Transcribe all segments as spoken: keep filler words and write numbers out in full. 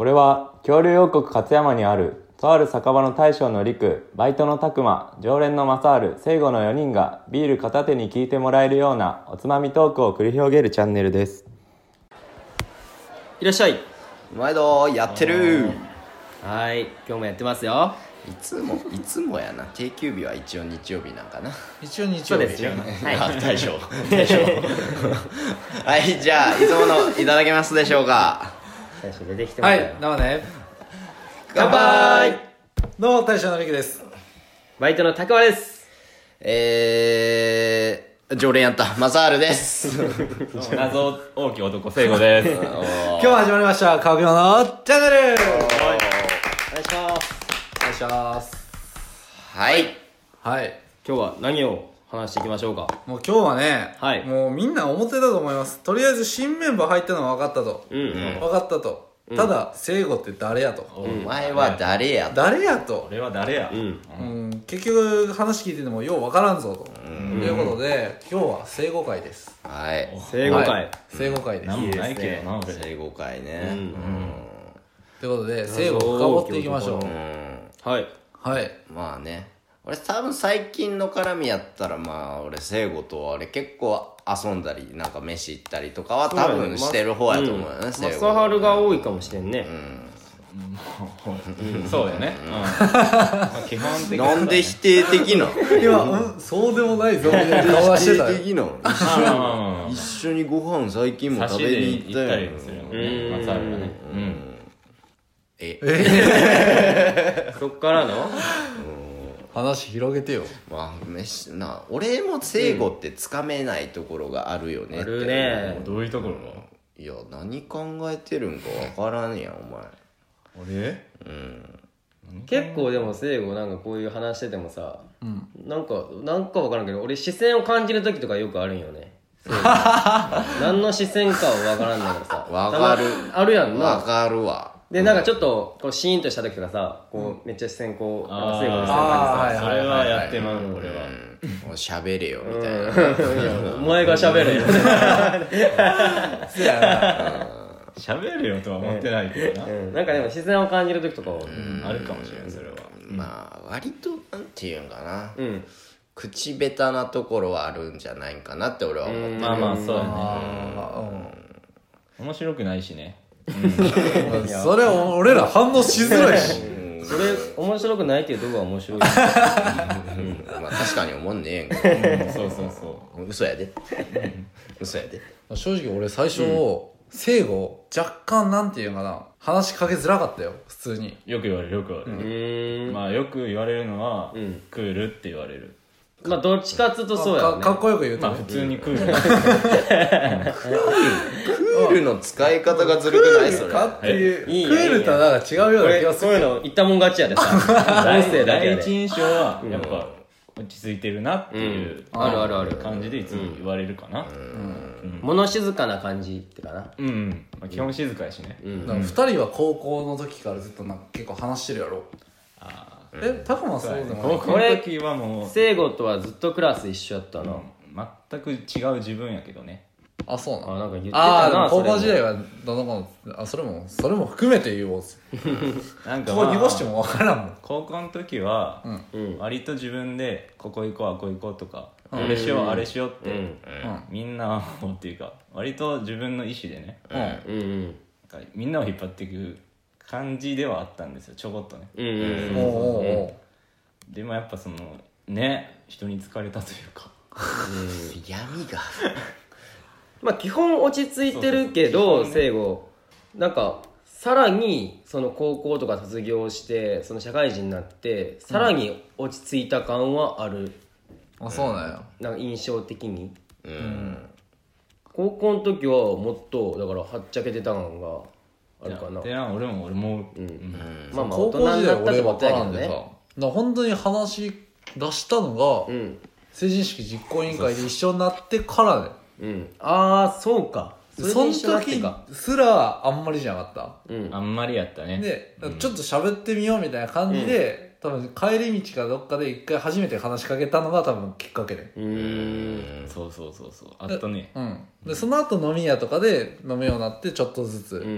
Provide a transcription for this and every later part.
これは恐竜王国勝山にあるとある酒場の大将の陸、バイトの拓磨、常連の正治、聖護のよにんがビール片手に聞いてもらえるようなおつまみトークを繰り広げるチャンネルです。 いらっしゃい。 毎度やってる。 はい、今日もやってますよ。 いつもいつもやな。定休日は一応日曜日なんかな。 一応日曜日ですよ、はい、 あ、大将大将はい、じゃあいつものいただけますでしょうか。 大将出てきてますよ。 はい、どうもね。 乾杯。 どうも大将のりくです。 バイトの拓磨です。 えー常連やったマサールです謎大きい男聖護です今日も始まりました川島のチャンネル。お願いしお願いします。 お願いします。 はいはい、 今日は何を話していきましょうか。 もう今日はね、 はい、 もうみんな思ってたと思います。とりあえず新メンバー入ったのは分かったと、 うん、うん、 分かったと、うん、ただ聖護って誰やと、 お前は誰やと、 誰やと、 俺は誰や、 うんうん、結局話聞いててもよう分からんぞと、うん、いうことで今日は聖護会です。 はい、 聖護会、 はい、聖護会です。 なんもないけどな、 聖護会ね、 うんうん、 ということで聖護を深掘っていきましょう。 うん、 はいはいまあね、俺多分最近の絡みやったらまあ俺聖護とあれ結構遊んだりなんか飯行ったりとかは多分してる方やと思うよね。聖護正治が多いかもしれんね。 うんそうだよね、うんまあ、基本的になんで否定的な今、うん、そうでもないぞみたいな顔はしてたよ。 否定的な一緒にご飯最近も食べに行ったよ。 差しで行ったりするよね、マサールがね。うんえそっからの話広げてよ。 まあ飯な、俺も聖護ってつかめないところがあるよねって、 あるね。 どういうところが。 いや何考えてるんか分からんやんお前。 俺うん結構でも聖護なんかこういう話しててもさ、うん、なんかなんか分からんけど俺視線を感じる時とかよくあるんよね。何の視線かは分からんねんけどさ分かるあるやんな。 分かるわ。 でなんかちょっとこうシーンとした時とかさこうめっちゃ視線こう聖護の視線感じさ、それはやってまう俺は。 もう喋れよみたいな。 お前が喋れよ。 そうやな。 喋るよとは思ってないけどな、 うん、なんかでも視線を感じる時とかはあるかもしれない。それはまあ割となんていうんかな、 うん、 口下手なところはあるんじゃないかなって俺は思ってる。 まあまあそうだね。面白くないしね、うん、 それ俺ら反応しづらいしそれ面白くないっていうとこが面白い、うん、 まあ確かに思んねえんそうそうそう嘘やで嘘やで。 正直俺最初、うん聖護若干なんていうかな話しかけづらかったよ普通に。 よく言われるよく言われる、うん、まあよく言われるのは、うん、クールって言われる。 まあどっちかっつうとそうやね。 か, かっこよく言うと、ね、 まあ普通にクール、うん、 クールの使い方がずるくないそれ。 クールかっていういいクールとはなんか違うような気がする。 そういうの言ったもん勝ちやでさ音声だけやで。 第一印象はやっぱ落ち着いてるなっていう、 うん、あるあるある感じでいつも言われるかな。 物静かな感じってかな。 うん、うん、まあ、基本静かやしね、 うんうん、ふたりは高校の時からずっとなんか結構話してるやろ。あえ拓磨そうでもない。 高校の時はもう聖護とはずっとクラス一緒やったな、うん、 全く違う自分やけどね。 あ、そうなの。 あ、なんか言ってたな。 あでも高校時代はどの子のあそれもそれも含めて言おうなんか、 まあ、ここ濁しても分からんもん。 高校の時は、うん、割と自分でここ行こうあここ行こうとか、うん、あれしようあれしようって、うん、みんなをっていうか割と自分の意思でね、うんうん、なんかみんなを引っ張っていく感じではあったんですよちょこっとね。うんうんうん、でもやっぱそのね人に疲れたというか、 うん、闇がまあ基本落ち着いてるけど聖護なんかさらにその高校とか卒業してその社会人になってさらに落ち着いた感はある、 うん、あそうなんや。 なんか印象的に、 うん、 高校の時はもっとだからはっちゃけてた感があるかな。 でな俺も俺も、うんうん、 まあまあ大人になったってことやけどね。だ本当に話し出したのが、うん、成人式実行委員会で一緒になってからね。 うん、ああそうか。 その時すらあんまりじゃなかった、うん、あんまりやったね。 で、うん、ちょっと喋ってみようみたいな感じで、うん、多分帰り道かどっかで一回初めて話しかけたのが多分きっかけで。 うーんそうそうそうそうあったね。 うんでその後飲み屋とかで飲むようになってちょっとずつ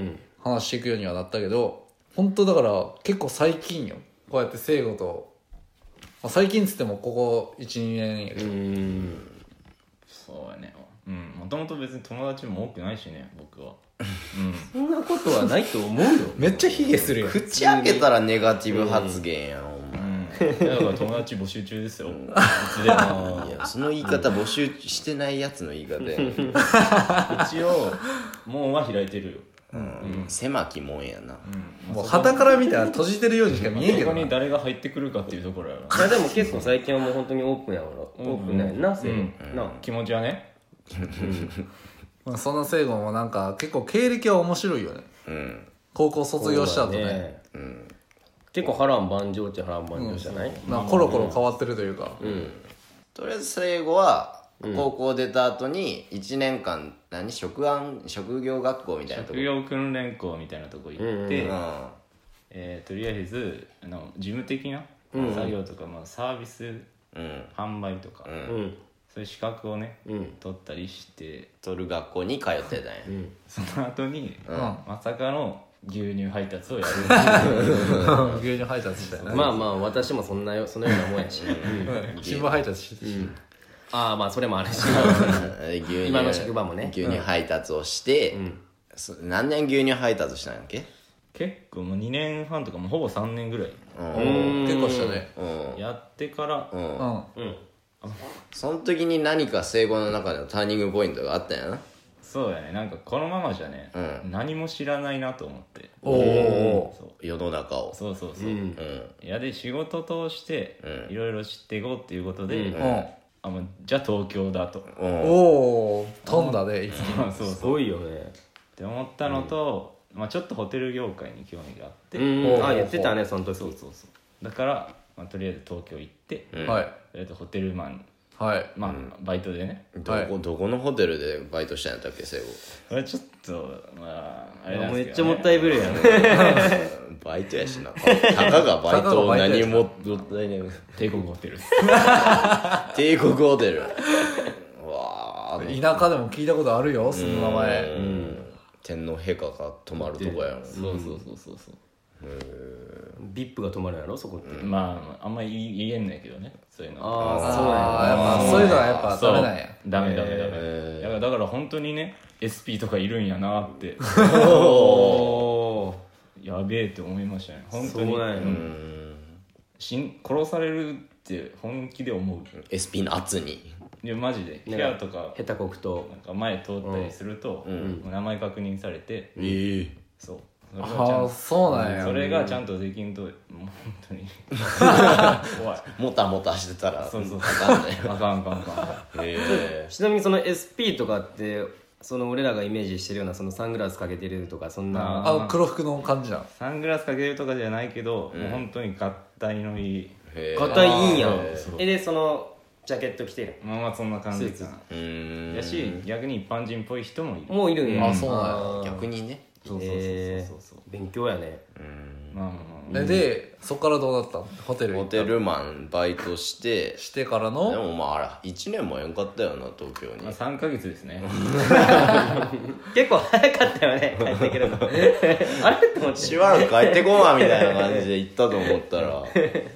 話していくようにはなったけど、本当だから結構最近よ、こうやって聖子と、まあ、最近っつってもここ いちにねんやけど、 うんそうやね。うんもともと別に友達も多くないしね僕は。 そんなことはないと思うよめっちゃヒゲするよ。 口開けたらネガティブ発言やろ、お前。 うんだから友達募集中ですよ。いつでも。 いやその言い方募集してないやつの言い方や、 一応門は開いてるよ。 うん、狭きもんやな、 もう旗から見たら閉じてるようにしか見えんけどな。 そこに誰が入ってくるかっていうところやろ。 いやでも結構最近はもう本当にオープンやからオープンなんやなせいな気持ちはね。 まあそんな聖子もなんか結構経歴は面白いよね。 うん高校卒業した後ね、 そうだね結構波乱万丈っちゃ波乱万丈じゃないなんかコロコロ変わってるというか、 とりあえず聖子は高校出た後にいちねんかん何職案職業学校みたいなとこ職業訓練校みたいなとこ行って、 うんえーとりあえずあの事務的な作業とか、まあ、サービスうん販売とか、 うんそういう資格をね、 うん取ったりして取る学校に通ってたんや、 その後に、まさかの牛乳配達をやる牛乳配達したよね、 まあまあ私もそんなよそのようなもんやし新聞配達してたし、 ああまあそれもあるし牛乳今の職場もね牛乳配達をして、そ何年牛乳配達したんやっけ結構もうにねんはんとかもうほぼさんねんぐらい結構したね。 うんやってから、 うんうんその時に何か聖子の中でのターニングポイントがあったんやなそうやねなんかこのままじゃね、 う何も知らないなと思っておおそう世の中をそうそうそう、 うんいやで仕事通してうんいろいろ知っていこうっていうことで、 うんおあもうじゃあ東京だとうんおお飛んだね。 そうそうすごいよねって思ったのと、まあ、ちょっとホテル業界に興味があって、 うんあ言ってたねその時そうそうそうだから、まあ、とりあえず東京行って、 うんはいとりあえずホテルマンはい。 まあ、バイトでねどこ、どこのホテルでバイトしたんやったっけ聖子これちょっとまああれなんめですけど、ね、 っちゃもったいぶるやんバイトやしなたかがバイトを何ももったいない帝国ホテルです帝国ホテルうわー田舎でも聞いたことあるよ、その名前。 うん天皇陛下が泊まるとこやろそうそうそうそうそうビップが泊まるやろそこってまああんまり言えんないけどねそういうのああそうああ、 ややっぱそういうのはやっぱそうダメなんや。 ダメダメダメ、 へーだからだから本当にね エスピー とかいるんやなっておーやべえって思いましたね本当にそうなんやうん死ん殺されるって本気で思うエスピー の圧にいやマジで部屋とか下手こくとなんか前通ったりすると、もう名前確認されて、 ええそうそれがちゃんああ、そうなんや。 それがちゃんとできんともう本当に怖いもたもたしてたらそうそうあかんねあかんあかんあかんえちなみにその エスピー とかってその俺らがイメージしてるようなそのサングラスかけてるとかそんなあ、黒服の感じなん。 サングラスかけるとかじゃないけど、もう本当に合体のいいえ硬いいいんやんそうえでそのジャケット着てるまあまあそんな感じかなうーんやし逆に一般人っぽい人もいるもういるんやあそうなんやあー逆にねそうそうそうへそうそうー勉強やねまあまあまあえで、そっからどうなったの？ホテル行ったホテルマンバイトしてしてからでのもまああらいちねんもえんかったよな東京にまあさんかげつですね結構早かったよね帰ってくるのあれって思ってしばらく帰ってこんわみたいな感じで行ったと思ったら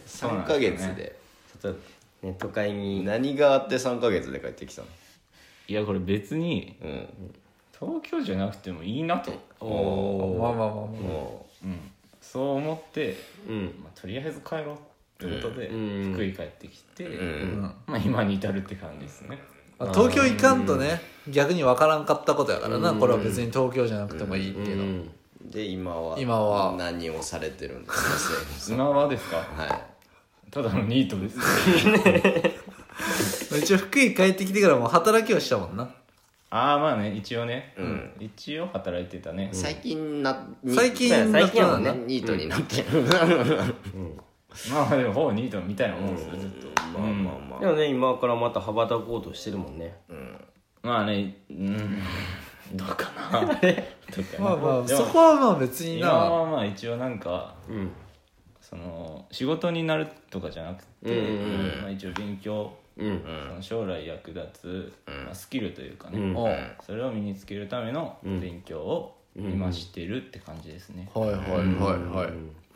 3 そうなんヶですよね月でちょっとね都会に何があってさんかげつで帰ってきたのいやこれ別にうん東京じゃなくてもいいなと、 おまあまあまあまあ。 もうん、そう思って、 うんまあ、とりあえず帰ろうということで、 うん福井帰ってきて、 ううんまあ、今に至るって感じですねまあ東京行かんとね、逆に分からんかったことやからな、これは別に東京じゃなくてもいいっていうの。 うんで今は今は何をされてるんですか今はですかはただのニートです一応福井帰ってきてからもう働きはしたもんな。 ああまあね一応ね、 ん一応働いてたねい、最近なに最近そうや最近やもんねねニートになってる、 まあでもほぼニートみたいなもんですよずっと、 まあまあまあ、 でもね今からまた羽ばたこうとしてるもんねまあねうんどうかなどうかなまあまあ、 でもそこはまあ別に今な。 はまあ一応なんかうんその仕事になるとかじゃなくて、 うんまあ、一応勉強、 うんその将来役立つ、まあ、スキルというかね、 うんおうそれを身につけるための勉強を今してるって感じですね、 はいはいはいはい、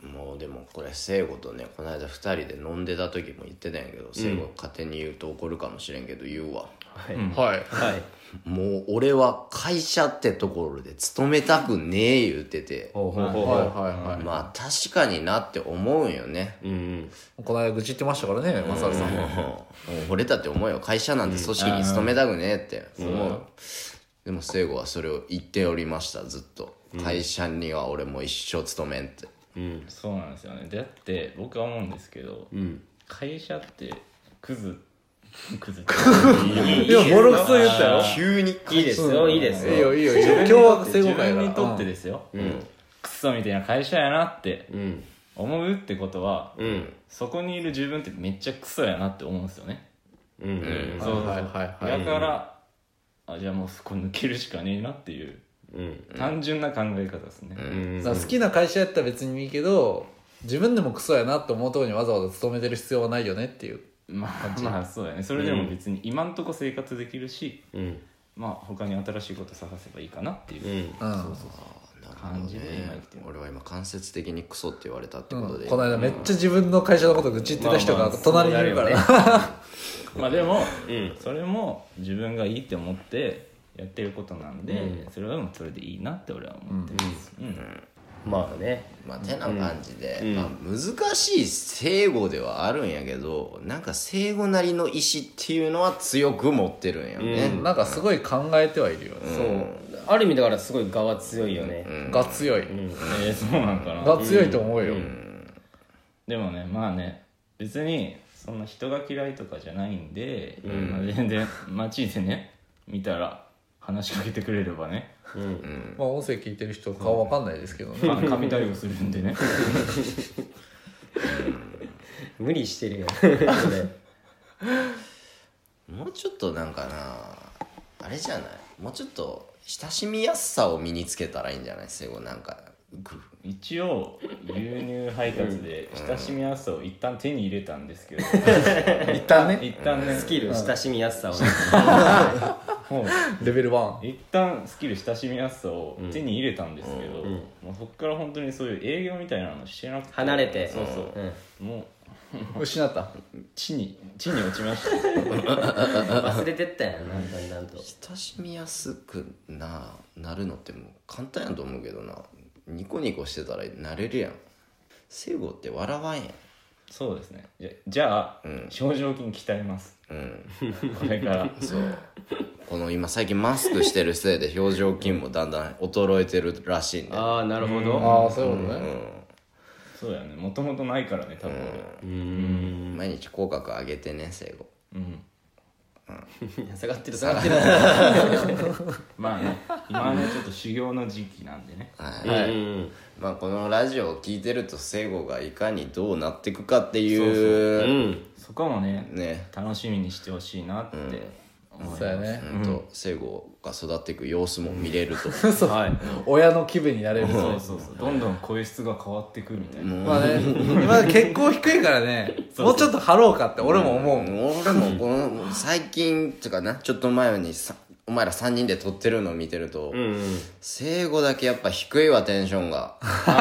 もうでもこれ聖子とねこの間ふたりで飲んでた時も言ってたんやけど、聖子勝手に言うと怒るかもしれんけど言うわ、 はいはいはいもう俺は会社ってところで勤めたくねえ言ってて、 ほうほうほうはいはいはい、 まあ確かになって思うんよね、 うんうんこの間愚痴言ってましたからねマサルさんも、 もう俺だって思うよ、会社なんて組織に勤めたくねえって思う、でも聖子はそれを言っておりました、ずっと、会社には俺も一生勤めんって、 うんそうなんですよね。だって僕は思うんですけど、 うん会社ってクズクズっていやボロクソ言ったよ急にいいですよいいですよいいよいいよ自分に今日はとって正誤会自分にとってでですよ、 うんクソみたいな会社やなってうん思うってことは、 うんそこにいる自分ってめっちゃクソやなって思うんですよね。 うんうんそうそうそう、 はいはいはいだからあじゃあもうそこ抜けるしかねえなっていううん単純な考え方ですね、 うんだから好きな会社やったら別にいいけど自分でもクソやなって思うところにわざわざ勤めてる必要はないよねっていうまあまあそうだね。それでも別に今んとこ生活できるし、 うんまあ他に新しいこと探せばいいかなっていう、 うんうん感じで今生きてる。 俺は今間接的にクソって言われたってことで、 この間めっちゃ自分の会社のこと愚痴ってた人が隣にいるからな、 まあでも、 うんそれも自分がいいって思ってやってることなんで、それはもうそれでいいなって俺は思ってます、うんまあねまあてな感じで、 うんまあ、難しい聖語ではあるんやけど、なんか聖語なりの意志っていうのは強く持ってるんやね、 なんかすごい考えてはいるよね、 そうある意味だからすごい我が強いよねが強い、 えーそうなんかな。 が強いと思うよ、 でもねまあね別にそんな人が嫌いとかじゃないんで、まあ、全然街でね見たら話しかけてくれればねまあ音声聞いてる人顔わかんないですけどね、 まあ神対応するんでね無理してるよそれもうちょっとなんかなあれじゃない、もうちょっと親しみやすさを身につけたらいいんじゃない、聖語なんかグ一応牛乳配達で親しみやすさを一旦手に入れたんですけど一旦ね一旦ねスキル親しみやすさをねもうレベルワン一旦スキル親しみやすさを手に入れたんですけど、もうそっから本当にそういう営業みたいなのしてなくて離れてそうそう、 うんもう失った地に地に落ちました忘れてったやんだんだんだんと親しみやすくななるのってもう簡単やと思うけどな、ニコニコしてたらなれるやん、聖語って笑わんやん、 そうですね。じゃじゃあ、 うん表情筋鍛えますうんこれからそうこの今最近マスクしてるせいで表情筋もだんだん衰えてるらしいんで、 ああなるほどああそういうことね、 そうやねもともとないからね多分俺うん毎日口角上げてね聖語、 うん下がってる下がってるまあね今はねちょっと修行の時期なんでねはいはいうんまあこのラジオを聞いてると聖語がいかにどうなっていくかっていううんそこもねね楽しみにしてほしいなって思います、 そうやね、 うんと聖語が育っていく様子も見れると、 そう、 はい親の気分になれると、 そうそうそうどんどん声質が変わってくみたいな、 まあね今結構低いからねもうちょっと張ろうかって俺も思う、 俺もこの最近っていうかなちょっと前にさお前らさんにんで撮ってるのを見てると、 うんうん聖語だけやっぱ低いわテンションが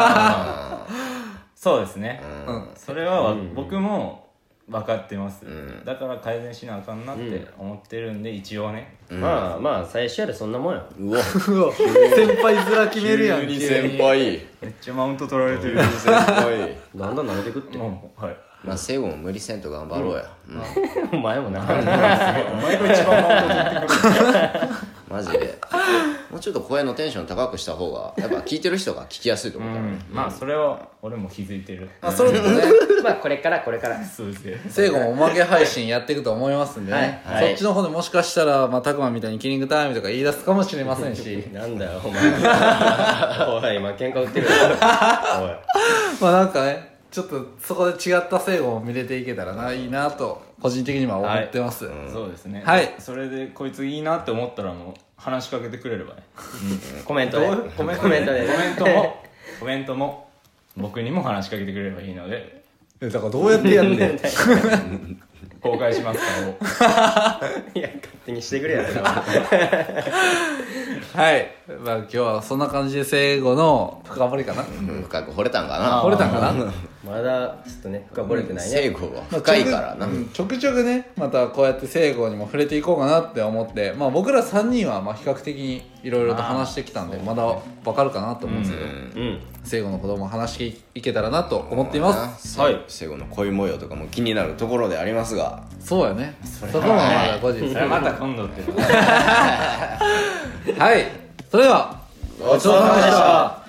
そうですね、 うんそれは僕も分かってます、だから改善しなあかんなって思ってるんで一応ねまあまあ最初やでそんなもんやうわうわ先輩面決めるやん急に先輩めっちゃマウント取られてる先輩だんだん慣れてくってもうはいまあ聖語も無理せんと頑張ろうや、うんお前もなお前が一番マウント取ってくるマジでもうちょっと声のテンション高くした方がやっぱ聞いてる人が聞きやすいと思うからね、 まあそれは俺も気づいてるあそうですねまあこれからこれからそうですね聖子もおまけ配信やっていくと思いますんでね、 はいはいそっちの方でもしかしたら、まあ、たくまみたいにキリングタイムとか言い出すかもしれませんしなんだよお前おい今喧嘩売ってるよおいまあなんかねちょっとそこで違った聖子も見れていけたらないいなと個人的には思ってます、 そうですねはいそれでこいついいなって思ったらもう話しかけてくれればねコメントでどうコメントコメントでコメントもコメントも僕にも話しかけてくれればいいのでえだからどうやってやんねん公開しますかいや勝手にしてくれやそれははい、まあ、今日はそんな感じで聖子の深掘りかな、 うん、深く掘れたんかな掘れたんかなまだちょっとね深掘れてないね聖子は深いからな、 まあ、ちょくちょくねまたこうやって聖子にも触れていこうかなって思って、まあ、僕らさんにんはまあ比較的にいろいろと話してきたんでまだ分かるかなと思うんですけど、 うん聖子の子供話していけたらなと思っています。 はい聖子の恋模様とかも気になるところでありますが、 そうやねそこもまだ後日それはまた今度ってはいそれではごちそうさまでした。